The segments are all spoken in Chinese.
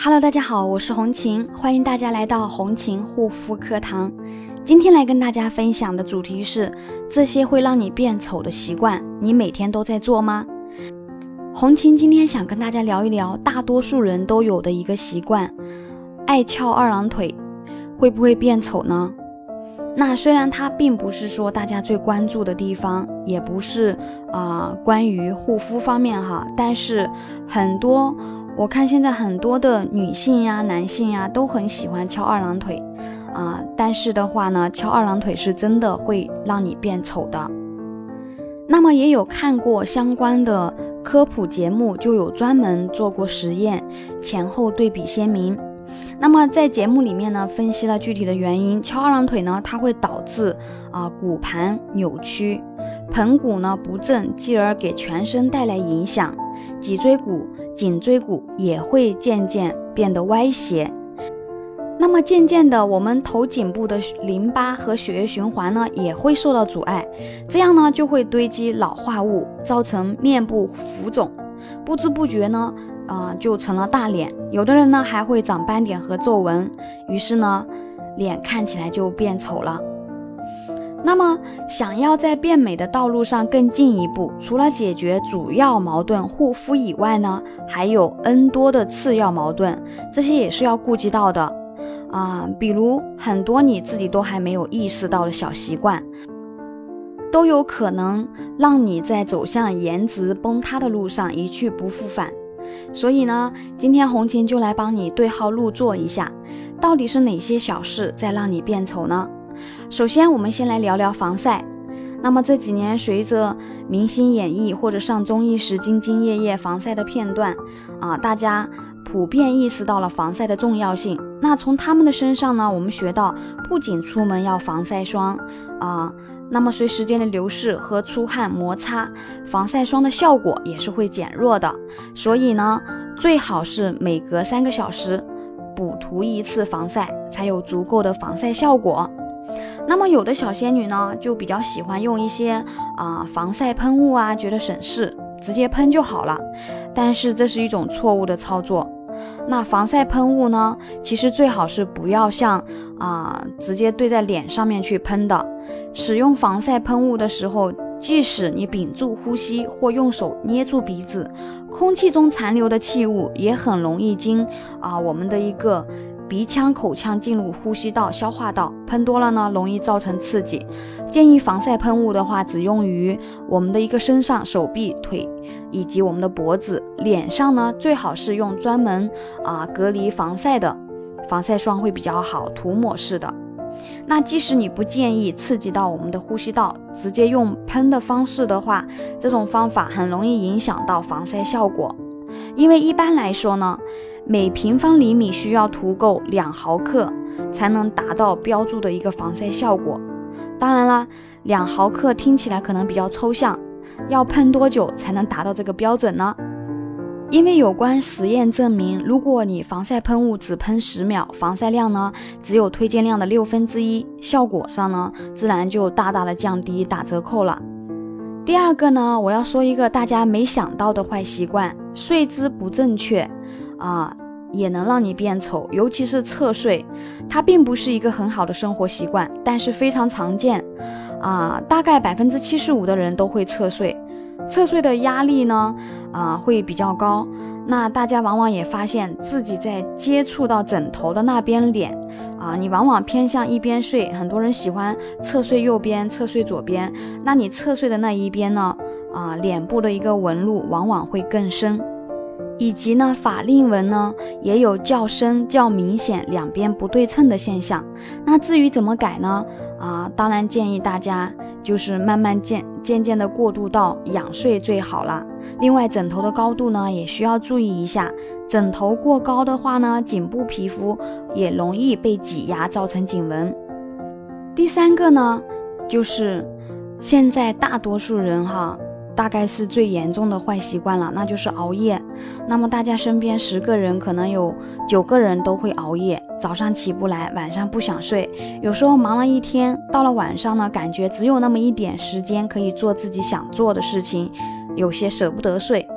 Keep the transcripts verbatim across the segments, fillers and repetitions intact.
Hello， 大家好，我是红琴，欢迎大家来到红琴护肤课堂。今天来跟大家分享的主题是：这些会让你变丑的习惯，你每天都在做吗？红琴今天想跟大家聊一聊大多数人都有的一个习惯，爱翘二郎腿，会不会变丑呢？那虽然它并不是说大家最关注的地方，也不是啊、呃、关于护肤方面哈，但是很多我看现在很多的女性呀、男性呀都很喜欢翘二郎腿啊、呃，但是的话呢，翘二郎腿是真的会让你变丑的。那么也有看过相关的科普节目，就有专门做过实验，前后对比鲜明。那么在节目里面呢，分析了具体的原因。翘二郎腿呢，它会导致啊、呃、骨盘扭曲，盆骨呢不正，继而给全身带来影响。脊椎骨、颈椎骨也会渐渐变得歪斜。那么渐渐的，我们头颈部的淋巴和血液循环呢也会受到阻碍，这样呢就会堆积老化物，造成面部浮肿，不知不觉呢啊、呃、就成了大脸。有的人呢还会长斑点和皱纹，于是呢脸看起来就变丑了。那么想要在变美的道路上更进一步，除了解决主要矛盾护肤以外呢，还有 N 多的次要矛盾，这些也是要顾及到的啊、呃，比如很多你自己都还没有意识到的小习惯，都有可能让你在走向颜值崩塌的路上一去不复返。所以呢，今天红琴就来帮你对号入座一下，到底是哪些小事在让你变丑呢？首先我们先来聊聊防晒。那么这几年随着明星演绎或者上综艺时兢兢业业防晒的片段啊，大家普遍意识到了防晒的重要性。那从他们的身上呢，我们学到不仅出门要防晒霜啊，那么随时间的流逝和出汗摩擦，防晒霜的效果也是会减弱的。所以呢，最好是每隔三个小时补涂一次防晒，才有足够的防晒效果。那么有的小仙女呢，就比较喜欢用一些啊、呃、防晒喷雾啊，觉得省事，直接喷就好了。但是这是一种错误的操作。那防晒喷雾呢，其实最好是不要像啊、呃、直接对在脸上面去喷的。使用防晒喷雾的时候，即使你屏住呼吸或用手捏住鼻子，空气中残留的气雾也很容易经啊、呃、我们的一个鼻腔、口腔进入呼吸道、消化道，喷多了呢，容易造成刺激。建议防晒喷雾的话，只用于我们的一个身上、手臂、腿以及我们的脖子。脸上呢，最好是用专门啊、呃、隔离防晒的防晒霜会比较好，涂抹式的。那即使你不建议刺激到我们的呼吸道，直接用喷的方式的话，这种方法很容易影响到防晒效果。因为一般来说呢，每平方厘米需要涂够两毫克才能达到标注的一个防晒效果。当然了，两毫克听起来可能比较抽象，要喷多久才能达到这个标准呢？因为有关实验证明，如果你防晒喷雾只喷十秒，防晒量呢只有推荐量的六分之一，效果上呢自然就大大的降低，打折扣了。第二个呢，我要说一个大家没想到的坏习惯，睡姿不正确啊，也能让你变丑，尤其是侧睡。它并不是一个很好的生活习惯，但是非常常见啊，大概百分之七十五的人都会侧睡。侧睡的压力呢啊会比较高，那大家往往也发现自己在接触到枕头的那边脸啊，你往往偏向一边睡，很多人喜欢侧睡右边，侧睡左边，那你侧睡的那一边呢啊，脸部的一个纹路往往会更深，以及呢法令纹呢也有较深较明显两边不对称的现象。那至于怎么改呢啊，当然建议大家就是慢慢渐渐渐的过渡到仰睡最好了。另外枕头的高度呢也需要注意一下，枕头过高的话呢，颈部皮肤也容易被挤压，造成颈纹。第三个呢，就是现在大多数人哈，大概是最严重的坏习惯了，那就是熬夜。那么大家身边十个人可能有九个人都会熬夜，早上起不来，晚上不想睡，有时候忙了一天，到了晚上呢，感觉只有那么一点时间可以做自己想做的事情，有些舍不得睡。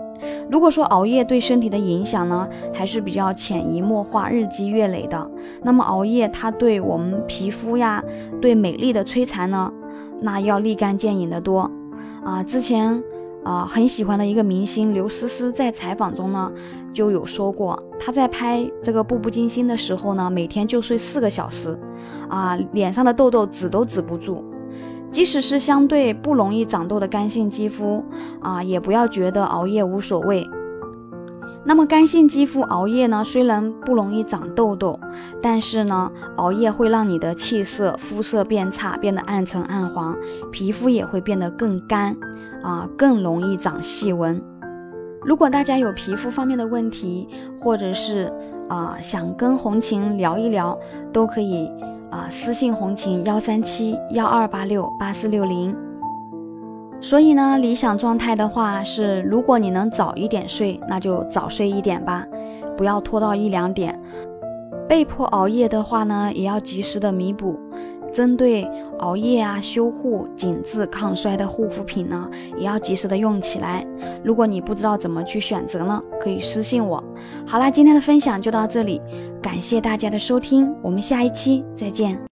如果说熬夜对身体的影响呢，还是比较潜移默化、日积月累的，那么熬夜它对我们皮肤呀、对美丽的摧残呢，那要立竿见影的多啊。之前啊很喜欢的一个明星刘诗诗在采访中呢就有说过，她在拍这个《步步惊心》的时候呢，每天就睡四个小时啊，脸上的痘痘止都止不住。即使是相对不容易长痘的干性肌肤啊，也不要觉得熬夜无所谓。那么干性肌肤熬夜呢，虽然不容易长痘痘，但是呢，熬夜会让你的气色、肤色变差，变得暗沉暗黄，皮肤也会变得更干啊，更容易长细纹。如果大家有皮肤方面的问题，或者是啊想跟红琴聊一聊，都可以啊，私信红琴幺三七幺二八六八四六零。所以呢，理想状态的话是，如果你能早一点睡，那就早睡一点吧，不要拖到一两点。被迫熬夜的话呢，也要及时的弥补。针对熬夜啊、修护、紧致、抗衰的护肤品呢，也要及时的用起来。如果你不知道怎么去选择呢，可以私信我。好啦，今天的分享就到这里，感谢大家的收听，我们下一期再见。